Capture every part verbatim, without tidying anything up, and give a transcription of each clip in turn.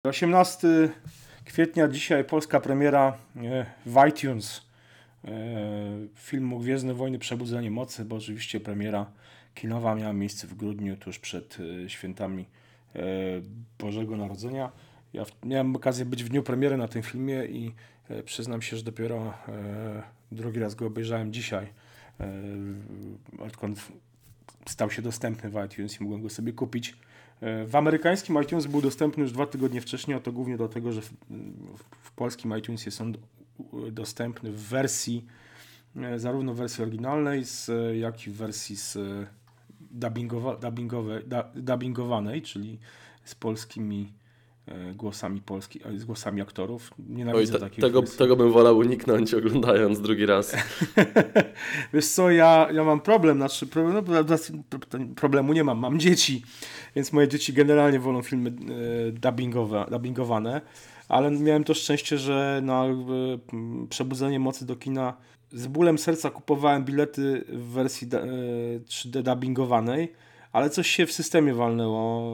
osiemnastego kwietnia, dzisiaj polska premiera w iTunes filmu Gwiezdne Wojny Przebudzenie Mocy, bo oczywiście premiera kinowa miała miejsce w grudniu, tuż przed świętami Bożego Narodzenia. Ja miałem okazję być w dniu premiery na tym filmie i przyznam się, że dopiero drugi raz go obejrzałem dzisiaj, odkąd stał się dostępny w iTunes i mogłem go sobie kupić. W amerykańskim iTunes był dostępny już dwa tygodnie wcześniej, a to głównie dlatego, że w, w polskim iTunes jest on dostępny w wersji, zarówno w wersji oryginalnej, z, jak i w wersji z dubbingowa, dubbingowe, dubbingowanej, czyli z polskimi głosami polski, z głosami aktorów. Nienawidzę Oj, te, takiej tego, tego bym wolał uniknąć, oglądając drugi raz. Wiesz co, ja, ja mam problem, znaczy problem, no, problemu nie mam, mam dzieci, więc moje dzieci generalnie wolą filmy e, dubbingowe, dubbingowane, ale miałem to szczęście, że na e, Przebudzenie Mocy do kina z bólem serca kupowałem bilety w wersji e, trzy D dubbingowanej, ale coś się w systemie walnęło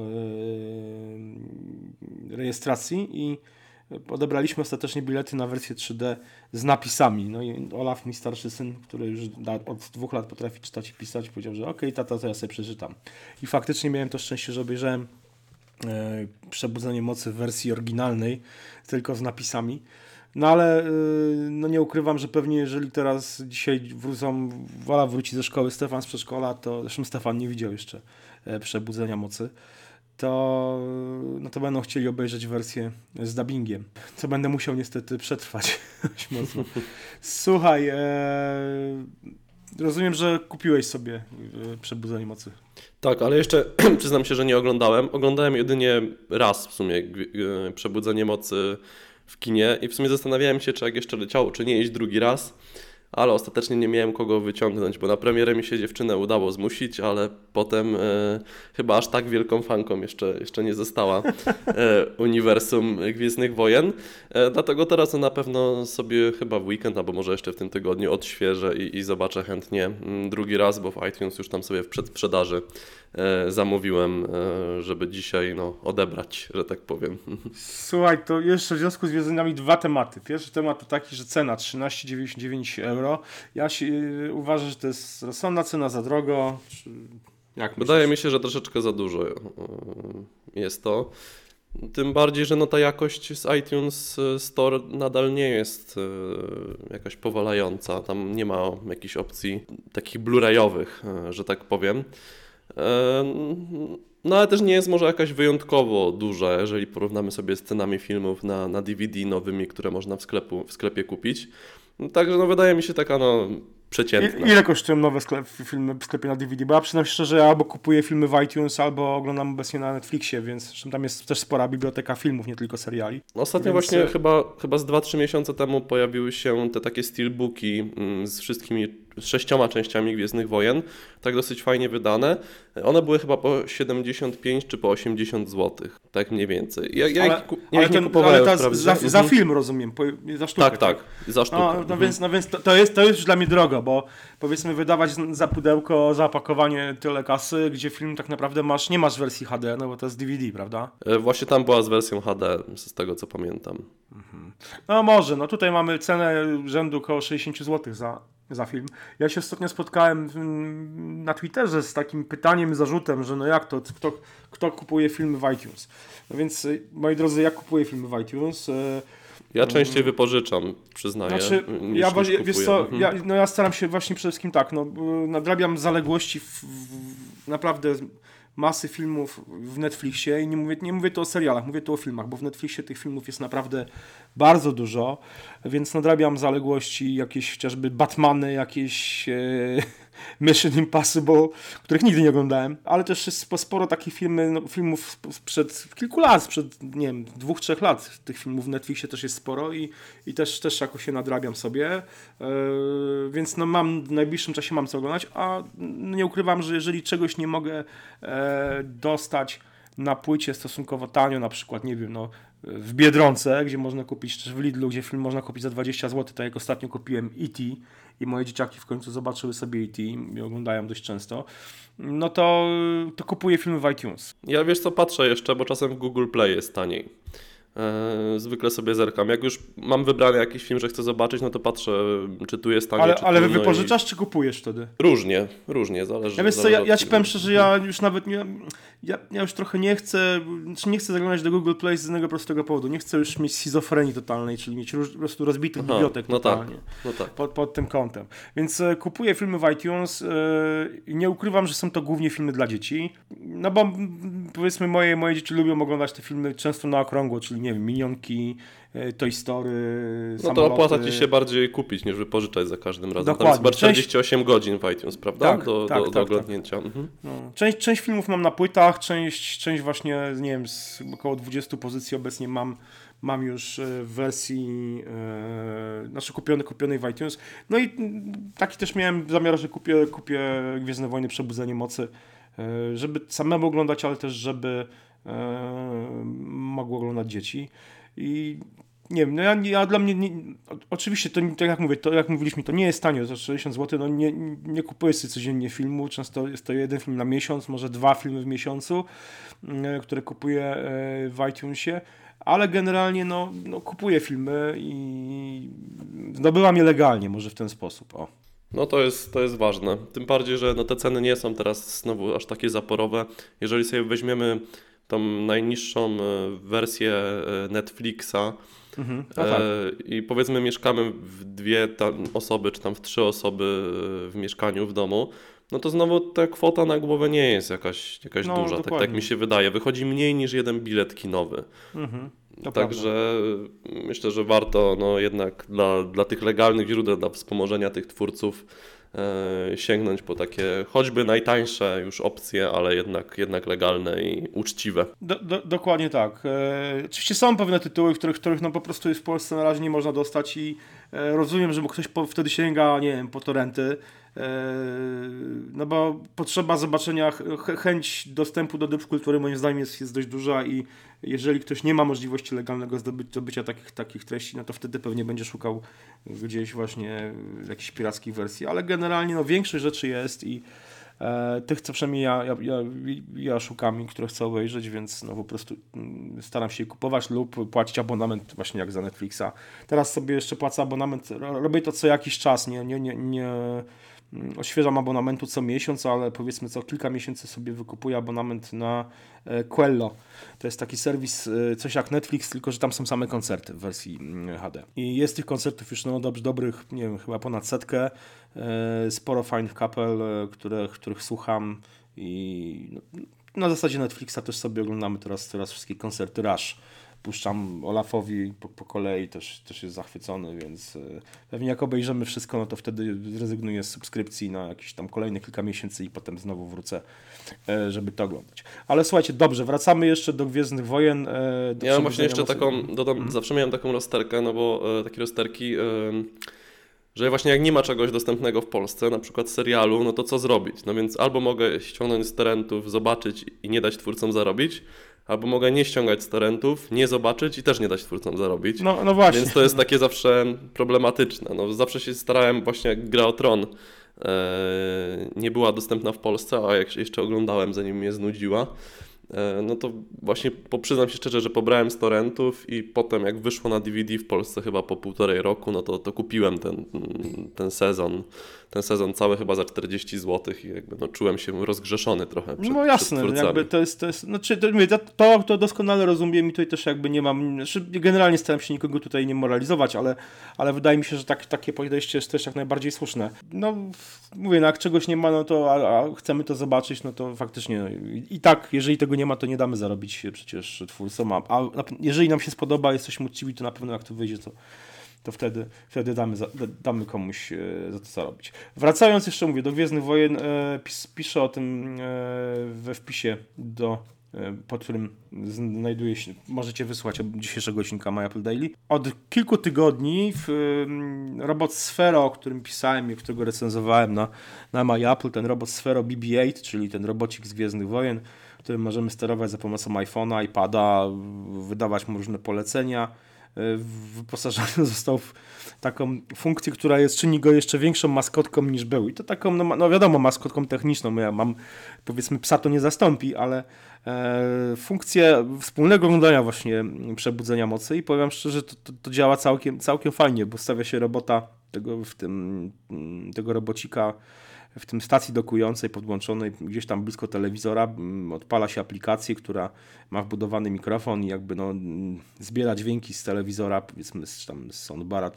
yy, rejestracji i odebraliśmy ostatecznie bilety na wersję trzy D z napisami. No i Olaf, mój starszy syn, który już od dwóch lat potrafi czytać i pisać, powiedział, że okej, okay, tata, to ja sobie przeczytam. I faktycznie miałem to szczęście, że obejrzałem yy, Przebudzenie Mocy w wersji oryginalnej, tylko z napisami. No ale yy, no nie ukrywam, że pewnie jeżeli teraz dzisiaj wrócą, Wola wróci ze szkoły, Stefan z przedszkola, to zresztą Stefan nie widział jeszcze e, Przebudzenia Mocy, to, no to będą chcieli obejrzeć wersję z dubbingiem, co będę musiał niestety przetrwać dość mocno. Słuchaj, e, rozumiem, że kupiłeś sobie e, Przebudzenie Mocy. Tak, ale jeszcze przyznam się, że nie oglądałem. Oglądałem jedynie raz w sumie e, Przebudzenie Mocy w kinie i w sumie zastanawiałem się, czy jak jeszcze leciało, czy nie iść drugi raz, ale ostatecznie nie miałem kogo wyciągnąć, bo na premierę mi się dziewczynę udało zmusić, ale potem e, chyba aż tak wielką fanką jeszcze, jeszcze nie została e, uniwersum Gwiezdnych Wojen. E, dlatego teraz na pewno sobie chyba w weekend, albo może jeszcze w tym tygodniu odświeżę i, i zobaczę chętnie m, drugi raz, bo w iTunes już tam sobie w przedsprzedaży e, zamówiłem, e, żeby dzisiaj no, odebrać, że tak powiem. Słuchaj, to jeszcze w związku z Gwiezdnymi dwa tematy. Pierwszy temat to taki, że cena trzynaście dziewięćdziesiąt dziewięć euro. Ja się, yy, uważam, że to jest rozsądna cena, za drogo. Czy, jak Wydaje mi się, że troszeczkę za dużo yy, jest to. Tym bardziej, że no ta jakość z iTunes Store nadal nie jest yy, jakaś powalająca. Tam nie ma jakichś opcji takich blu-rayowych, yy, że tak powiem. Yy, no ale też nie jest może jakaś wyjątkowo duża, jeżeli porównamy sobie z cenami filmów na, na D V D nowymi, które można w, sklepu, w sklepie kupić. Także no wydaje mi się taka no przeciętna. I, ile kosztują nowe sklep, filmy w sklepie na D V D? Bo ja przyznam szczerze, że ja albo kupuję filmy w iTunes, albo oglądam obecnie na Netflixie, więc zresztą tam jest też spora biblioteka filmów, nie tylko seriali. Ostatnio więc... właśnie chyba, chyba z dwa trzy miesiące temu pojawiły się te takie steelbooki z wszystkimi z sześcioma częściami Gwiezdnych Wojen, tak dosyć fajnie wydane. One były chyba po siedemdziesiąt pięć czy po osiemdziesiąt złotych, tak mniej więcej. Ja, ja ale ich, ja ale, ich ten, nie kupowałem, ale ta, za, za film rozumiem, po, za sztukę. Tak, tak, za sztukę. No, no mhm. więc, no więc to, to, jest, to jest już dla mnie drogo, bo powiedzmy wydawać za pudełko, za opakowanie tyle kasy, gdzie film tak naprawdę masz, nie masz wersji H D, no bo to jest D V D, prawda? Właśnie tam była z wersją H D, z tego co pamiętam. Mhm. No może, no tutaj mamy cenę rzędu około sześćdziesiąt złotych za, za film. Ja się ostatnio spotkałem na Twitterze z takim pytaniem, zarzutem, że no jak to, kto, kto kupuje filmy w iTunes? No więc moi drodzy, ja kupuję filmy w iTunes. Ja częściej wypożyczam, przyznaję. Znaczy, niż, ja, niż wiesz co, mhm. ja, no ja staram się właśnie przede wszystkim tak, no, nadrabiam zaległości w, w naprawdę masy filmów w Netflixie i nie mówię, nie mówię tu o serialach, mówię tu o filmach, bo w Netflixie tych filmów jest naprawdę bardzo dużo, więc nadrabiam zaległości, jakieś chociażby Batmany, jakieś e, Mission Impossible, których nigdy nie oglądałem, ale też jest sporo takich filmy, no, filmów sprzed kilku lat, sprzed, nie wiem, dwóch, trzech lat. Tych filmów w Netflixie też jest sporo i, i też, też jakoś się nadrabiam sobie, e, więc no mam, w najbliższym czasie mam co oglądać, a nie ukrywam, że jeżeli czegoś nie mogę e, dostać na płycie stosunkowo tanio, na przykład, nie wiem, no w Biedronce, gdzie można kupić, czy w Lidlu, gdzie film można kupić za dwadzieścia złotych, tak jak ostatnio kupiłem E T i moje dzieciaki w końcu zobaczyły sobie E T i oglądają dość często, no to, to kupuję filmy w iTunes. Ja wiesz co, patrzę jeszcze, bo czasem w Google Play jest taniej. E, zwykle sobie zerkam. Jak już mam wybrany jakiś film, że chcę zobaczyć, no to patrzę, czy tu jest tanie, Ale, czy ale tu, no wypożyczasz, czy kupujesz wtedy? i... Różnie, różnie, zależy. Ja wiesz co, zależy ja, od ja ci filmu. powiem szczerze, ja już nawet nie, ja, ja już trochę nie chcę, znaczy nie chcę zaglądać do Google Play z jednego prostego powodu. Nie chcę już mieć schizofrenii totalnej, czyli mieć róż, po prostu rozbitych Aha, bibliotek no tak, totalnie no tak. pod, pod tym kątem. Więc e, kupuję filmy w iTunes e, i nie ukrywam, że są to głównie filmy dla dzieci, no bo m, powiedzmy moje, moje dzieci lubią oglądać te filmy często na okrągło, czyli nie wiem, Minionki, e, Toy Story, No samoloty. to opłaca ci się bardziej kupić niż wypożyczać za każdym razem. Dokładnie. Tam jest chyba Część- czterdzieści osiem godzin w iTunes, prawda? Tak, do, tak, do, tak, do tak. oglądnięcia. Mhm. No. Część, część filmów mam na płytach, część, część właśnie, nie wiem, z około dwudziestu pozycji obecnie mam, mam już e, w wersji, e, znaczy kupione, kupionej w iTunes. No i mm, taki też miałem zamiar, że kupię, kupię Gwiezdne Wojny Przebudzenie Mocy, e, żeby samemu oglądać, ale też żeby e, mogło oglądać dzieci. I nie wiem, no ja, ja dla mnie, nie, o- oczywiście to, nie- tak jak mówię, to jak mówiliśmy, to nie jest tanio, za sześćdziesiąt złotych, no nie, nie kupuję sobie codziennie filmu, często jest to jeden film na miesiąc, może dwa filmy w miesiącu, e, które kupuję e, w iTunesie, ale generalnie no, no kupuję filmy i zdobywam je legalnie, może w ten sposób, o. No to jest, to jest ważne. Tym bardziej, że no te ceny nie są teraz znowu aż takie zaporowe. Jeżeli sobie weźmiemy tą najniższą e, wersję e, Netflixa Mhm. No tak. e, i powiedzmy mieszkamy w dwie tam osoby, czy tam w trzy osoby e, w mieszkaniu, w domu, no to znowu ta kwota na głowę nie jest jakaś, jakaś No, duża, tak, tak dokładnie. mi się wydaje. Wychodzi mniej niż jeden bilet kinowy. Mhm. To Także myślę, że warto no, jednak dla, dla tych legalnych źródeł, dla wspomożenia tych twórców e, sięgnąć po takie choćby najtańsze już opcje, ale jednak, jednak legalne i uczciwe. Do, do, dokładnie tak. E, oczywiście są pewne tytuły, których, których no po prostu w Polsce na razie nie można dostać i e, rozumiem, że bo ktoś po, wtedy sięga, nie wiem, po torrenty, e, no bo potrzeba zobaczenia, ch- chęć dostępu do dóbr kultury moim zdaniem jest, jest dość duża i jeżeli ktoś nie ma możliwości legalnego zdobycia, zdobycia takich, takich treści, no to wtedy pewnie będzie szukał gdzieś właśnie jakichś pirackich wersji, ale generalnie no większość rzeczy jest i E, tych, co przynajmniej ja, ja, ja, ja szukam i które chcę obejrzeć, więc no po prostu mm, staram się je kupować lub płacić abonament właśnie jak za Netflixa. Teraz sobie jeszcze płacę abonament, ro- robię to co jakiś czas, nie, nie, nie, nie mm, odświeżam abonamentu co miesiąc, ale powiedzmy co kilka miesięcy sobie wykupuję abonament na e, Quello. To jest taki serwis, e, coś jak Netflix, tylko że tam są same koncerty w wersji mm, H D. I jest tych koncertów już no dobrze dobrych, nie wiem, chyba ponad setkę. E, Sporo fajnych kapel, e, które, których słucham i no, na zasadzie Netflixa też sobie oglądamy teraz, teraz wszystkie koncerty Rush. Puszczam Olafowi po, po kolei, też, też jest zachwycony, więc e, pewnie jak obejrzymy wszystko, no to wtedy zrezygnuję z subskrypcji na jakieś tam kolejne kilka miesięcy i potem znowu wrócę, e, żeby to oglądać. Ale słuchajcie, dobrze, wracamy jeszcze do Gwiezdnych Wojen. e, Do Ja mam właśnie Przebudzenia jeszcze Mocy. taką, dodam, zawsze miałem taką rozterkę, no bo e, takie rozterki, e, że właśnie jak nie ma czegoś dostępnego w Polsce, na przykład serialu, no to co zrobić? No więc albo mogę ściągnąć z torrentów, zobaczyć i nie dać twórcom zarobić, albo mogę nie ściągać z torrentów, nie zobaczyć i też nie dać twórcom zarobić. No, no właśnie. Więc to jest takie zawsze problematyczne. No, zawsze się starałem, właśnie jak Gra o Tron e, nie była dostępna w Polsce, a jak jeszcze oglądałem, zanim mnie znudziła, e, no to właśnie po, przyznam się szczerze, że pobrałem z torrentów i potem jak wyszło na D V D w Polsce chyba po półtorej roku, no to, to kupiłem ten, ten sezon. Ten sezon cały chyba za czterdzieści złotych i jakby no, czułem się rozgrzeszony trochę przed, No jasne, przed jakby to jest, to jest znaczy, to, mówię, to, to doskonale rozumiem i tutaj też jakby nie mam, znaczy generalnie staram się nikogo tutaj nie moralizować, ale, ale wydaje mi się, że tak, takie podejście jest też jak najbardziej słuszne. No mówię, no jak czegoś nie ma, no to a, a chcemy to zobaczyć, no to faktycznie no, i, i tak, jeżeli tego nie ma, to nie damy zarobić przecież twórcom, a, a na- jeżeli nam się spodoba, jesteśmy uczciwi, to na pewno jak to wyjdzie, to to wtedy, wtedy damy, za, da- damy komuś e, za to zarobić. Wracając jeszcze, mówię, do Gwiezdnych Wojen, e, pis, piszę o tym e, we wpisie, do, e, pod którym znajduje się, możecie wysłać od dzisiejszego odcinka My Apple Daily. Od kilku tygodni w e, robot Sphero, o którym pisałem i którego recenzowałem na, na My Apple, ten robot Sphero B B osiem, czyli ten robocik z Gwiezdnych Wojen, którym możemy sterować za pomocą iPhone'a, iPada, wydawać mu różne polecenia. w wyposażeniu został w taką funkcję, która jest, czyni go jeszcze większą maskotką niż był. I to taką, no, no wiadomo, maskotką techniczną. Ja mam, powiedzmy, psa to nie zastąpi, ale e, funkcję wspólnego oglądania właśnie Przebudzenia Mocy i powiem szczerze, to, to, to działa całkiem, całkiem fajnie, bo stawia się robota tego, w tym, tego robocika w tym stacji dokującej podłączonej gdzieś tam blisko telewizora, odpala się aplikację, która ma wbudowany mikrofon i jakby no, zbiera dźwięki z telewizora, powiedzmy z, tam, z soundbara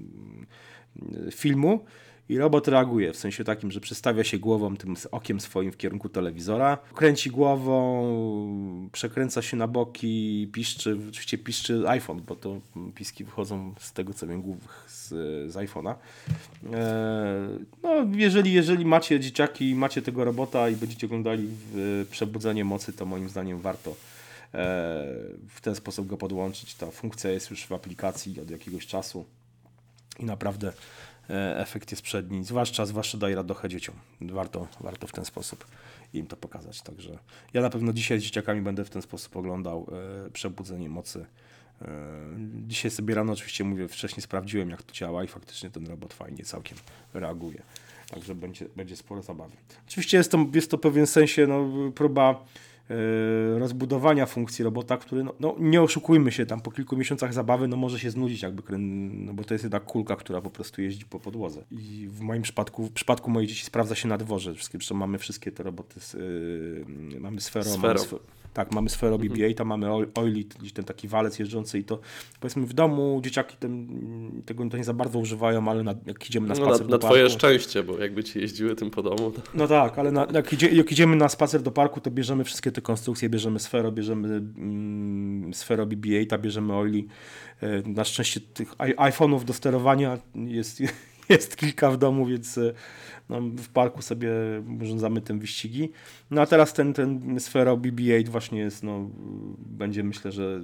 filmu i robot reaguje w sensie takim, że przestawia się głową, tym okiem swoim w kierunku telewizora, kręci głową, przekręca się na boki, piszczy, oczywiście piszczy iPhone, bo to piski wychodzą z tego co wiem z, z iPhone'a. No jeżeli, jeżeli macie dzieciaki i macie tego robota i będziecie oglądali w Przebudzenie Mocy, to moim zdaniem warto w ten sposób go podłączyć. Ta funkcja jest już w aplikacji od jakiegoś czasu i naprawdę efekt jest przedni, zwłaszcza, zwłaszcza daje radochę dzieciom. Warto, warto w ten sposób im to pokazać. Także ja na pewno dzisiaj z dzieciakami będę w ten sposób oglądał e, Przebudzenie Mocy. E, dzisiaj sobie rano oczywiście mówię, wcześniej sprawdziłem jak to działa i faktycznie ten robot fajnie całkiem reaguje. Także będzie, będzie sporo zabawy. Oczywiście jest to, jest to w pewien sensie no, próba rozbudowania funkcji robota, który, no, no nie oszukujmy się, tam po kilku miesiącach zabawy, no może się znudzić jakby, no bo to jest jednak kulka, która po prostu jeździ po podłodze. I w moim przypadku, w przypadku moich dzieci sprawdza się na dworze, zresztą mamy wszystkie te roboty, z, yy, mamy Sfero, Sfero. mamy Sfero. Tak, mamy Sfero B B osiem, tam mamy Oily, ten taki walec jeżdżący i to powiedzmy w domu dzieciaki ten, tego to nie za bardzo używają, ale na, jak idziemy na spacer no na, do na parku... twoje szczęście, bo jakby ci jeździły tym po domu... To... No tak, ale na, jak, idzie, jak idziemy na spacer do parku, to bierzemy wszystkie te konstrukcje, bierzemy Sfero, bierzemy mm, Sfero B B osiem, bierzemy Oily. Na szczęście tych iPhone'ów do sterowania jest, jest kilka w domu, więc no, w parku sobie urządzamy tym wyścigi. No a teraz ten, ten Sfero B B osiem właśnie jest, no, będzie myślę, że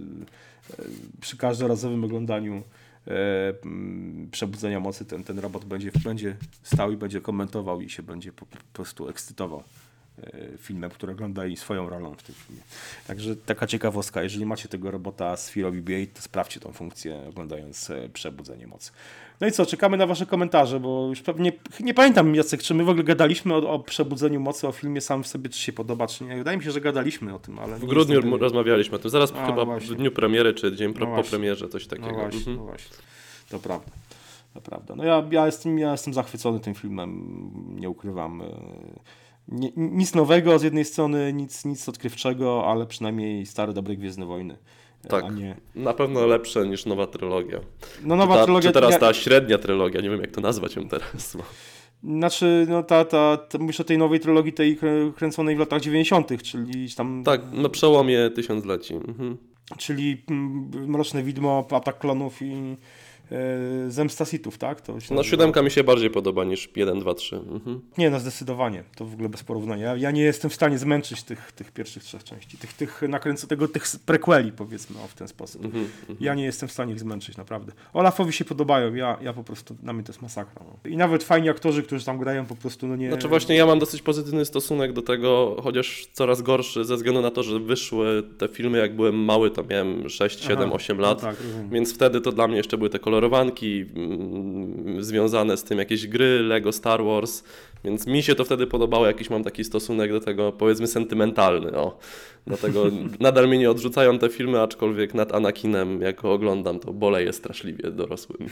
przy każdorazowym oglądaniu e, Przebudzenia Mocy ten, ten robot będzie, będzie stał i będzie komentował i się będzie po, po prostu ekscytował e, filmem, który ogląda i swoją rolą w tym filmie. Także taka ciekawostka, jeżeli macie tego robota Sfero B B osiem, to sprawdźcie tą funkcję oglądając e, Przebudzenie Mocy. No i co, czekamy na wasze komentarze, bo już pewnie, nie pamiętam Jacek, czy my w ogóle gadaliśmy o, o Przebudzeniu Mocy, o filmie sam w sobie, czy się podoba, czy nie. Wydaje mi się, że gadaliśmy o tym, ale... W grudniu niestety... rozmawialiśmy o tym, zaraz A, chyba no w dniu premiery, czy dzień pro, no po premierze, coś takiego. No właśnie, mhm. no właśnie. To prawda. To prawda. No ja, ja, jestem, ja jestem zachwycony tym filmem, nie ukrywam. Nie, nic nowego z jednej strony, nic, nic odkrywczego, ale przynajmniej stare, dobre Gwiezdne Wojny. Tak, a nie... na pewno lepsze niż nowa trylogia. No nowa czy ta, trylogia... Czy teraz ja... ta średnia trylogia, nie wiem jak to nazwać ją teraz. Bo... Znaczy, no ta, ta, ta, mówisz o tej nowej trylogii, tej kręconej w latach dziewięćdziesiątych, czyli tam... Tak, na przełomie tysiącleci. Mhm. Czyli Mroczne Widmo, Atak Klonów i e, Zemsta Sithów, tak? To się no siódemka mi się bardziej podoba niż jeden, dwa, trzy. Mhm. Nie, no zdecydowanie. To w ogóle bez porównania. Ja, ja nie jestem w stanie zmęczyć tych, tych pierwszych trzech części. Tych, tych nakręconego, tych prequeli powiedzmy o, w ten sposób. Mhm, mhm. Ja nie jestem w stanie ich zmęczyć, naprawdę. Olafowi się podobają, ja, ja po prostu, dla mnie to jest masakra. No. I nawet fajni aktorzy, którzy tam grają po prostu, no nie... Znaczy właśnie ja mam dosyć pozytywny stosunek do tego, chociaż coraz gorszy ze względu na to, że wyszły te filmy jak byłem mały, to miałem sześć, siedem, osiem lat, no tak, więc wtedy to dla mnie jeszcze były te kolorowanki mm, związane z tym jakieś gry, Lego Star Wars, więc mi się to wtedy podobało, jakiś mam taki stosunek do tego, powiedzmy sentymentalny, o. Dlatego nadal mnie nie odrzucają te filmy, aczkolwiek nad Anakinem, jak go oglądam, to boleję straszliwie dorosłym.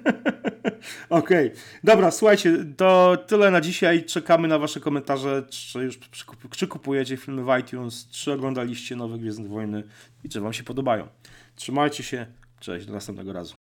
Okej, okay. Dobra, słuchajcie, to tyle na dzisiaj. Czekamy na wasze komentarze, czy już czy kupujecie filmy w iTunes, czy oglądaliście nowe Gwiezdne Wojny i czy wam się podobają. Trzymajcie się, cześć, do następnego razu.